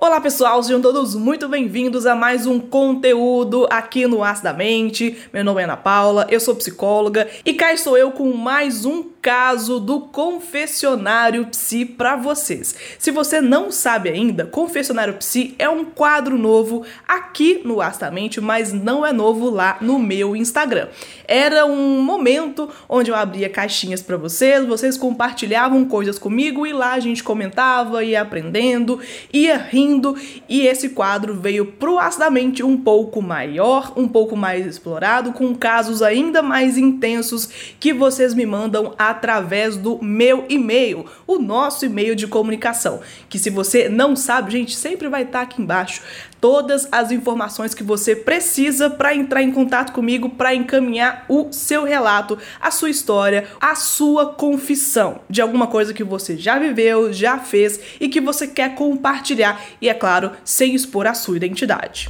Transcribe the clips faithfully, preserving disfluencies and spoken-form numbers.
Olá pessoal, sejam todos muito bem-vindos a mais um conteúdo aqui no Acidamente. Meu nome é Ana Paula, eu sou psicóloga e cá estou eu com mais um caso do Confessionário Psi para vocês. Se você não sabe ainda, Confessionário Psi é um quadro novo aqui no Acidamente, mas não é novo lá no meu Instagram. Era um momento onde eu abria caixinhas para vocês, vocês compartilhavam coisas comigo e lá a gente comentava, ia aprendendo, ia rindo. E esse quadro veio pro Acidamente um pouco maior, um pouco mais explorado, com casos ainda mais intensos que vocês me mandam através do meu e-mail, o nosso e-mail de comunicação, que se você não sabe, gente, sempre vai estar aqui embaixo todas as informações que você precisa para entrar em contato comigo, para encaminhar o seu relato, a sua história, a sua confissão de alguma coisa que você já viveu, já fez e que você quer compartilhar e, é claro, sem expor a sua identidade.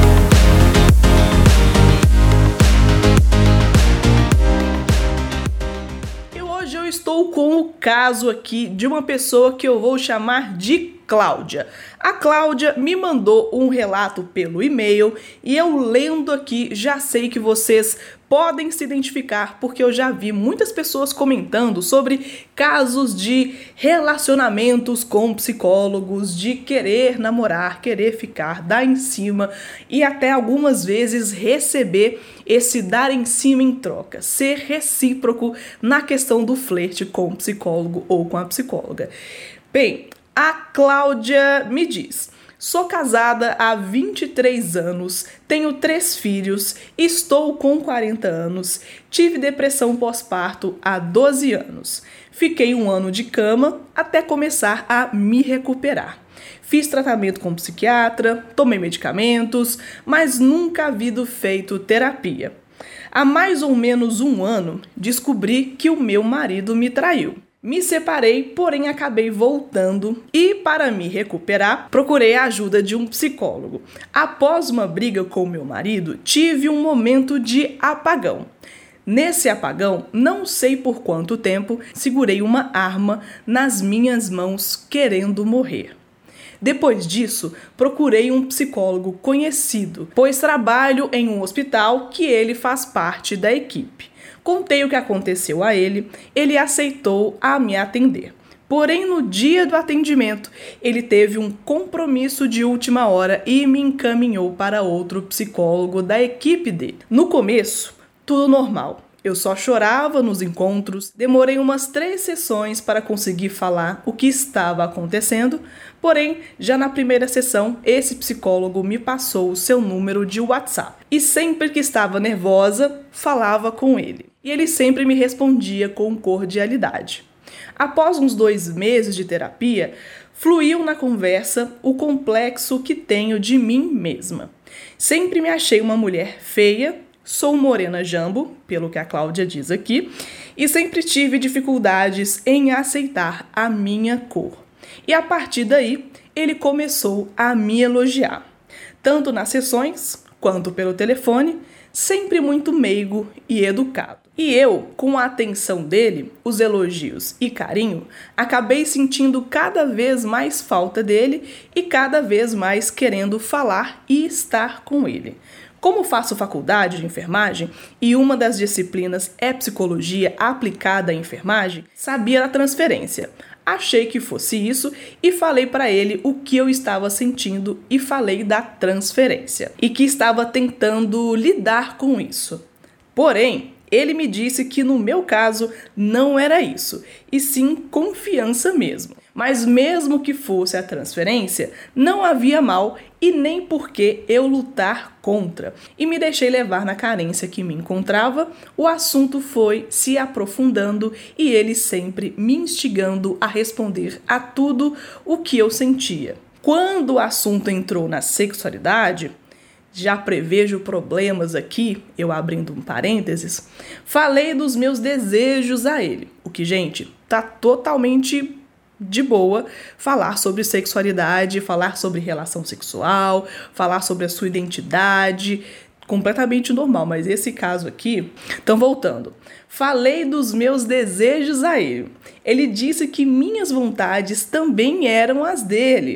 E hoje eu estou com o caso aqui de uma pessoa que eu vou chamar de Cláudia. A Cláudia me mandou um relato pelo e-mail e eu lendo aqui já sei que vocês podem se identificar porque eu já vi muitas pessoas comentando sobre casos de relacionamentos com psicólogos, de querer namorar, querer ficar, dar em cima e até algumas vezes receber esse dar em cima em troca, ser recíproco na questão do flerte com o psicólogo ou com a psicóloga. Bem, a Cláudia me diz: sou casada há vinte e três anos, tenho três filhos, estou com quarenta anos, tive depressão pós-parto há doze anos. Fiquei um ano de cama até começar a me recuperar. Fiz tratamento com psiquiatra, tomei medicamentos, mas nunca havido feito terapia. Há mais ou menos um ano, descobri que o meu marido me traiu. Me separei, porém acabei voltando e, para me recuperar, procurei a ajuda de um psicólogo. Após uma briga com meu marido, tive um momento de apagão. Nesse apagão, não sei por quanto tempo, segurei uma arma nas minhas mãos querendo morrer. Depois disso, procurei um psicólogo conhecido, pois trabalho em um hospital que ele faz parte da equipe. Contei o que aconteceu a ele, ele aceitou a me atender. Porém, no dia do atendimento, ele teve um compromisso de última hora e me encaminhou para outro psicólogo da equipe dele. No começo, tudo normal. Eu só chorava nos encontros, demorei umas três sessões para conseguir falar o que estava acontecendo, porém, já na primeira sessão, esse psicólogo me passou o seu número de WhatsApp. E sempre que estava nervosa, falava com ele. E ele sempre me respondia com cordialidade. Após uns dois meses de terapia, fluiu na conversa o complexo que tenho de mim mesma. Sempre me achei uma mulher feia, sou morena jambo, pelo que a Cláudia diz aqui, e sempre tive dificuldades em aceitar a minha cor. E a partir daí, ele começou a me elogiar, tanto nas sessões quanto pelo telefone, sempre muito meigo e educado. E eu, com a atenção dele, os elogios e carinho, acabei sentindo cada vez mais falta dele e cada vez mais querendo falar e estar com ele. Como faço faculdade de enfermagem e uma das disciplinas é psicologia aplicada à enfermagem, sabia da transferência. Achei que fosse isso e falei para ele o que eu estava sentindo e falei da transferência e que estava tentando lidar com isso. Porém, ele me disse que no meu caso não era isso, e sim confiança mesmo. Mas mesmo que fosse a transferência, não havia mal e nem por que eu lutar contra. E me deixei levar na carência que me encontrava, o assunto foi se aprofundando e ele sempre me instigando a responder a tudo o que eu sentia. Quando o assunto entrou na sexualidade, já prevejo problemas aqui, eu abrindo um parênteses, falei dos meus desejos a ele, o que, gente, tá totalmente de boa falar sobre sexualidade, falar sobre relação sexual, falar sobre a sua identidade, completamente normal, mas esse caso aqui, então voltando, falei dos meus desejos a ele, ele disse que minhas vontades também eram as dele,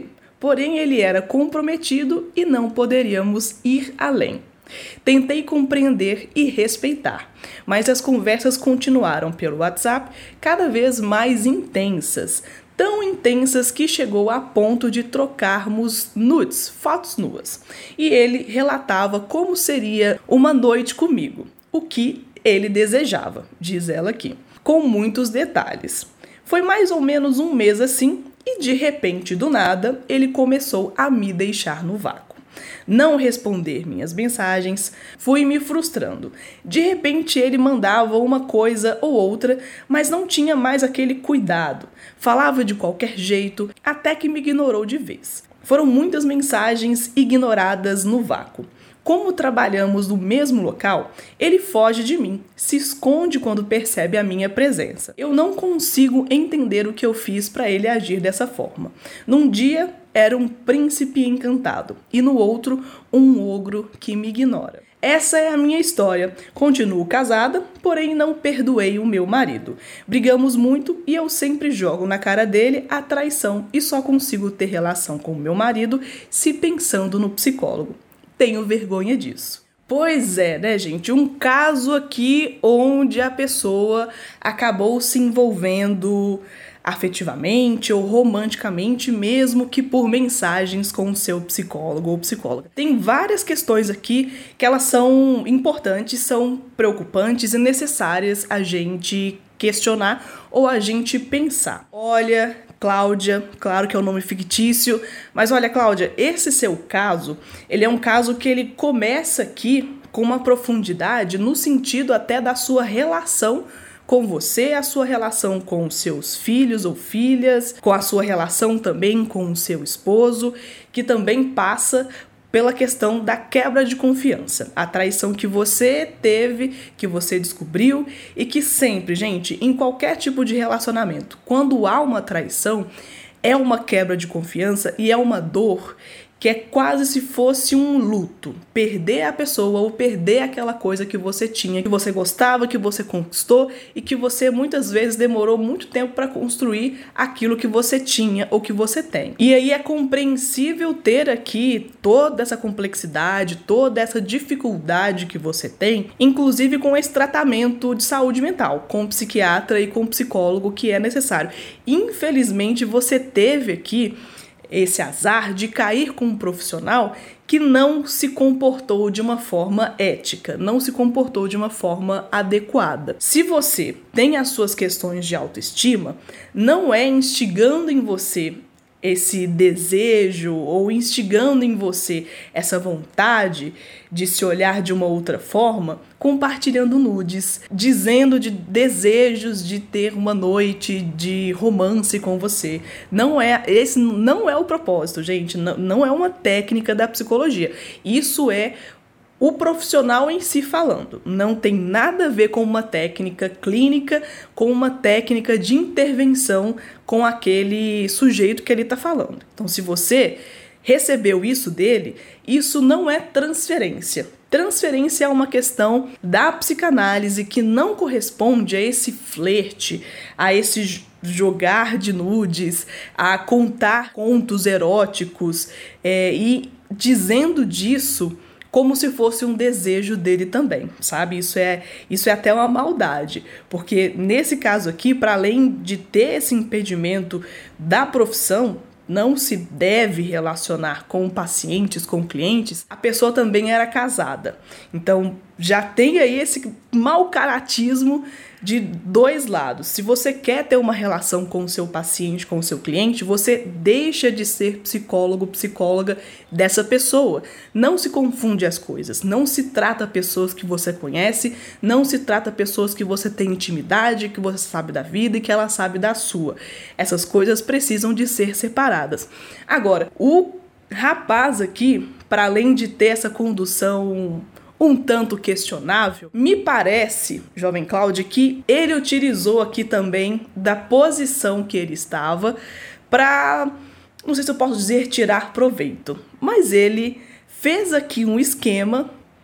porém ele era comprometido e não poderíamos ir além. Tentei compreender e respeitar, mas as conversas continuaram pelo WhatsApp cada vez mais intensas, tão intensas que chegou a ponto de trocarmos nudes, fotos nuas, e ele relatava como seria uma noite comigo, o que ele desejava, diz ela aqui, com muitos detalhes. Foi mais ou menos um mês assim, e de repente, do nada, ele começou a me deixar no vácuo. Não responder minhas mensagens, fui me frustrando. De repente ele mandava uma coisa ou outra, mas não tinha mais aquele cuidado. Falava de qualquer jeito, até que me ignorou de vez. Foram muitas mensagens ignoradas no vácuo. Como trabalhamos no mesmo local, ele foge de mim, se esconde quando percebe a minha presença. Eu não consigo entender o que eu fiz para ele agir dessa forma. Num dia, era um príncipe encantado, e no outro, um ogro que me ignora. Essa é a minha história. Continuo casada, porém não perdoei o meu marido. Brigamos muito e eu sempre jogo na cara dele a traição e só consigo ter relação com o meu marido se pensando no psicólogo. Tenho vergonha disso. Pois é, né, gente? Um caso aqui onde a pessoa acabou se envolvendo afetivamente ou romanticamente, mesmo que por mensagens com o seu psicólogo ou psicóloga. Tem várias questões aqui que elas são importantes, são preocupantes e necessárias a gente questionar ou a gente pensar. Olha, Cláudia, claro que é um nome fictício, mas olha, Cláudia, esse seu caso, ele é um caso que ele começa aqui com uma profundidade no sentido até da sua relação com você, a sua relação com os seus filhos ou filhas, com a sua relação também com o seu esposo, que também passa pela questão da quebra de confiança, a traição que você teve, que você descobriu e que sempre, gente, em qualquer tipo de relacionamento, quando há uma traição, é uma quebra de confiança e é uma dor que é quase se fosse um luto. Perder a pessoa ou perder aquela coisa que você tinha, que você gostava, que você conquistou e que você muitas vezes demorou muito tempo para construir aquilo que você tinha ou que você tem. E aí é compreensível ter aqui toda essa complexidade, toda essa dificuldade que você tem, inclusive com esse tratamento de saúde mental, com psiquiatra e com psicólogo que é necessário. Infelizmente você teve aqui esse azar de cair com um profissional que não se comportou de uma forma ética, não se comportou de uma forma adequada. Se você tem as suas questões de autoestima, não é instigando em você esse desejo ou instigando em você essa vontade de se olhar de uma outra forma, compartilhando nudes, dizendo de desejos de ter uma noite de romance com você. Não é, esse não é o propósito, gente, não, não é uma técnica da psicologia. Isso é o profissional em si falando. Não tem nada a ver com uma técnica clínica, com uma técnica de intervenção com aquele sujeito que ele está falando. Então, se você recebeu isso dele, isso não é transferência. Transferência é uma questão da psicanálise que não corresponde a esse flerte, a esse jogar de nudes, a contar contos eróticos é, e dizendo disso como se fosse um desejo dele também, sabe? Isso é, isso é até uma maldade, porque nesse caso aqui, para além de ter esse impedimento da profissão, não se deve relacionar com pacientes, com clientes, a pessoa também era casada. Então, já tem aí esse mau caratismo de dois lados. Se você quer ter uma relação com o seu paciente, com o seu cliente, você deixa de ser psicólogo, psicóloga dessa pessoa. Não se confunde as coisas. Não se trata pessoas que você conhece, não se trata pessoas que você tem intimidade, que você sabe da vida e que ela sabe da sua. Essas coisas precisam de ser separadas. Agora, o rapaz aqui, para além de ter essa condução um tanto questionável, me parece, jovem Cláudia, que ele utilizou aqui também da posição que ele estava para, não sei se eu posso dizer, tirar proveito, mas ele fez aqui um esquema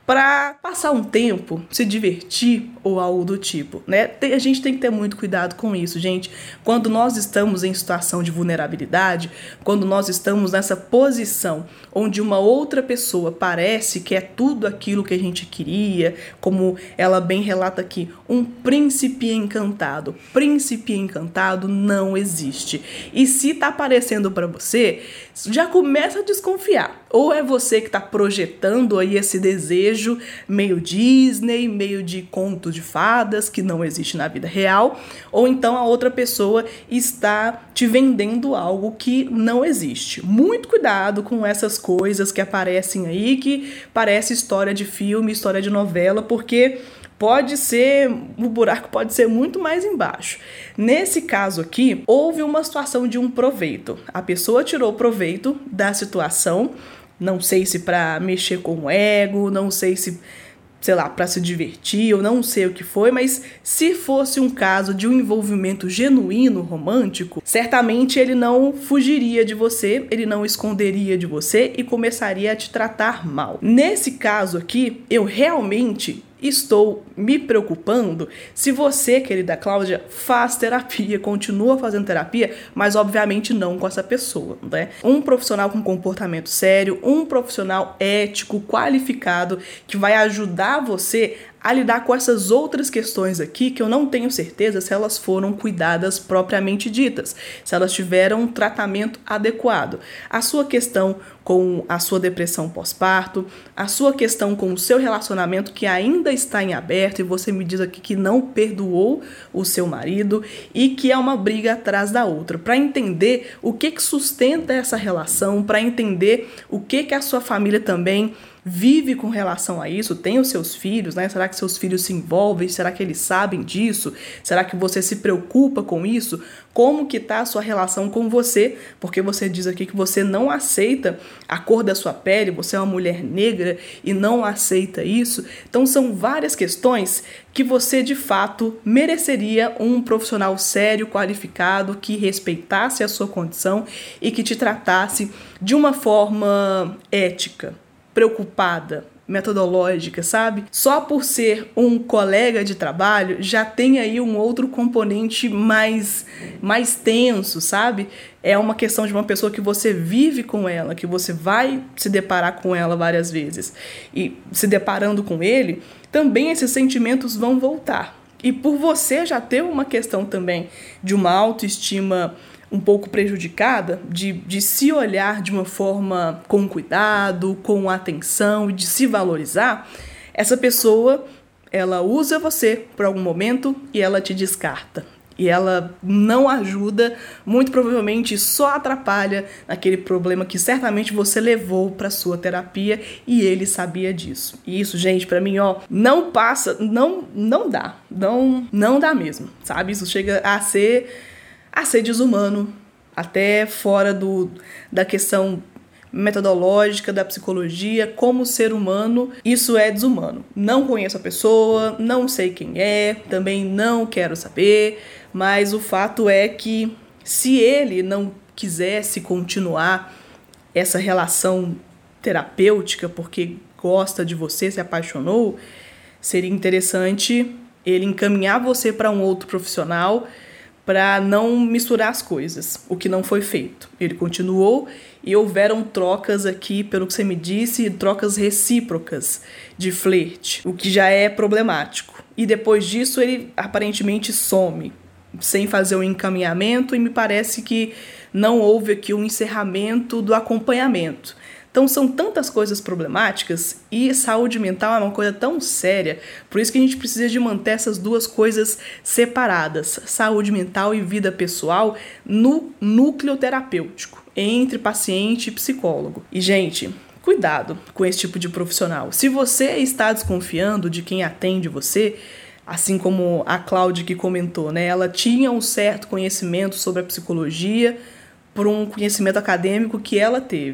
para passar um tempo, se divertir ou algo do tipo, né? Tem, a gente tem que ter muito cuidado com isso, gente. Quando nós estamos em situação de vulnerabilidade, quando nós estamos nessa posição onde uma outra pessoa parece que é tudo aquilo que a gente queria, como ela bem relata aqui, um príncipe encantado. Príncipe encantado não existe. E se tá aparecendo para você, já começa a desconfiar. Ou é você que tá projetando aí esse desejo meio Disney, meio de conto de fadas, que não existe na vida real, ou então a outra pessoa está te vendendo algo que não existe. Muito cuidado com essas coisas que aparecem aí, que parece história de filme, história de novela, porque pode ser, o buraco pode ser muito mais embaixo. Nesse caso aqui, houve uma situação de um proveito. A pessoa tirou proveito da situação, não sei se para mexer com o ego, não sei se, sei lá, para se divertir, eu não sei o que foi, mas se fosse um caso de um envolvimento genuíno, romântico, certamente ele não fugiria de você, ele não esconderia de você e começaria a te tratar mal. Nesse caso aqui, eu realmente estou me preocupando se você, querida Cláudia, faz terapia, continua fazendo terapia, mas obviamente não com essa pessoa, né? Um profissional com comportamento sério, um profissional ético, qualificado, que vai ajudar você a lidar com essas outras questões aqui que eu não tenho certeza se elas foram cuidadas propriamente ditas, se elas tiveram um tratamento adequado. A sua questão com a sua depressão pós-parto, a sua questão com o seu relacionamento que ainda está em aberto e você me diz aqui que não perdoou o seu marido e que é uma briga atrás da outra. Para entender o que, que sustenta essa relação, para entender o que, que a sua família também vive com relação a isso, tem os seus filhos, né? Será que seus filhos se envolvem? Será que eles sabem disso? Será que você se preocupa com isso? Como que tá a sua relação com você? Porque você diz aqui que você não aceita a cor da sua pele, você é uma mulher negra e não aceita isso. Então são várias questões que você de fato mereceria um profissional sério, qualificado, que respeitasse a sua condição e que te tratasse de uma forma ética, preocupada, metodológica, sabe? Só por ser um colega de trabalho, já tem aí um outro componente mais, mais tenso, sabe? É uma questão de uma pessoa que você vive com ela, que você vai se deparar com ela várias vezes. E se deparando com ele, também esses sentimentos vão voltar. E por você já ter uma questão também de uma autoestima um pouco prejudicada, de, de se olhar de uma forma com cuidado, com atenção e de se valorizar, essa pessoa, ela usa você por algum momento e ela te descarta. E ela não ajuda, muito provavelmente só atrapalha naquele problema que certamente você levou para sua terapia e ele sabia disso. E isso, gente, para mim, ó, não passa, não, não dá, não, não dá mesmo, sabe? Isso chega a ser... a ser desumano, até fora do, da questão metodológica da psicologia, como ser humano, isso é desumano. Não conheço a pessoa, não sei quem é, também não quero saber, mas o fato é que se ele não quisesse continuar essa relação terapêutica porque gosta de você, se apaixonou, seria interessante ele encaminhar você para um outro profissional para não misturar as coisas, o que não foi feito. Ele continuou e houveram trocas aqui, pelo que você me disse, trocas recíprocas de flerte, o que já é problemático. E depois disso ele aparentemente some, sem fazer um encaminhamento, e me parece que não houve aqui um encerramento do acompanhamento. Então são tantas coisas problemáticas e saúde mental é uma coisa tão séria, por isso que a gente precisa de manter essas duas coisas separadas, saúde mental e vida pessoal, no núcleo terapêutico, entre paciente e psicólogo. E, gente, cuidado com esse tipo de profissional. Se você está desconfiando de quem atende você, assim como a Cláudia que comentou, né? Ela tinha um certo conhecimento sobre a psicologia, por um conhecimento acadêmico que ela teve.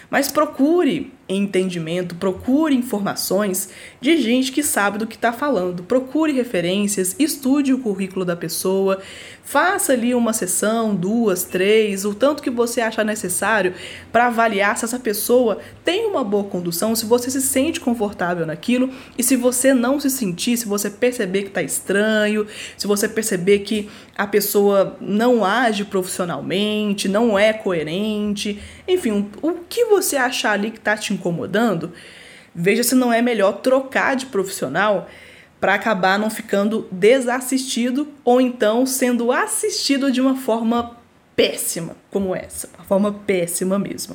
Mas procure entendimento, procure informações de gente que sabe do que está falando. Procure referências, estude o currículo da pessoa, faça ali uma sessão, duas, três, o tanto que você achar necessário para avaliar se essa pessoa tem uma boa condução, se você se sente confortável naquilo, e se você não se sentir, se você perceber que está estranho, se você perceber que a pessoa não age profissionalmente, não é coerente, enfim, o que você achar ali que está te incomodando, veja se não é melhor trocar de profissional para acabar não ficando desassistido ou então sendo assistido de uma forma péssima, como essa, uma forma péssima mesmo.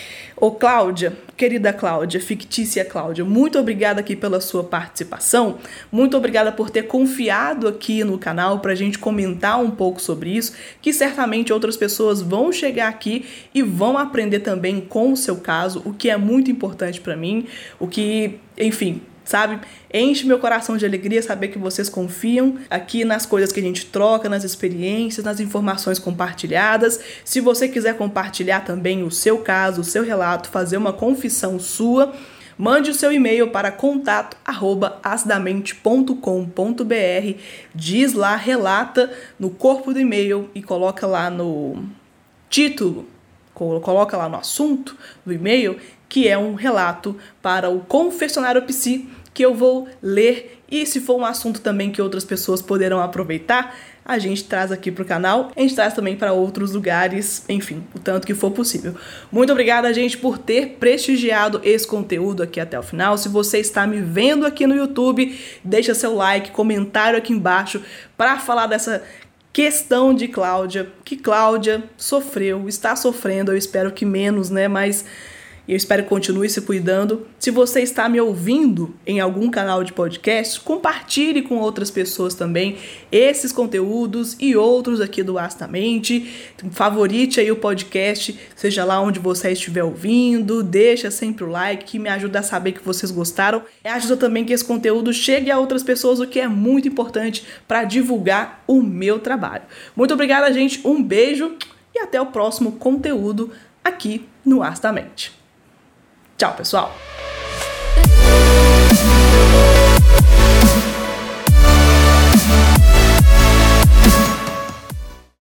Ô Cláudia, querida Cláudia, fictícia Cláudia, muito obrigada aqui pela sua participação, muito obrigada por ter confiado aqui no canal para a gente comentar um pouco sobre isso, que certamente outras pessoas vão chegar aqui e vão aprender também com o seu caso, o que é muito importante para mim, o que, enfim, sabe, enche meu coração de alegria saber que vocês confiam aqui nas coisas que a gente troca, nas experiências, nas informações compartilhadas. Se você quiser compartilhar também o seu caso, o seu relato, fazer uma confissão sua, mande o seu e-mail para contato arroba acidamente ponto com ponto br, diz lá, relata no corpo do e-mail e coloca lá no título, coloca lá no assunto do e-mail, que é um relato para o Confessionário Psi, que eu vou ler, e se for um assunto também que outras pessoas poderão aproveitar, a gente traz aqui para o canal, a gente traz também para outros lugares, enfim, o tanto que for possível. Muito obrigada, gente, por ter prestigiado esse conteúdo aqui até o final. Se você está me vendo aqui no YouTube, deixa seu like, comentário aqui embaixo para falar dessa questão de Cláudia, que Cláudia sofreu, está sofrendo, eu espero que menos, né, mas eu espero que continue se cuidando. Se você está me ouvindo em algum canal de podcast, compartilhe com outras pessoas também esses conteúdos e outros aqui do Acidamente. Favorite aí o podcast, seja lá onde você estiver ouvindo, deixa sempre o like, que me ajuda a saber que vocês gostaram. E ajuda também que esse conteúdo chegue a outras pessoas, o que é muito importante para divulgar o meu trabalho. Muito obrigada, gente. Um beijo e até o próximo conteúdo aqui no Acidamente. Tchau, pessoal!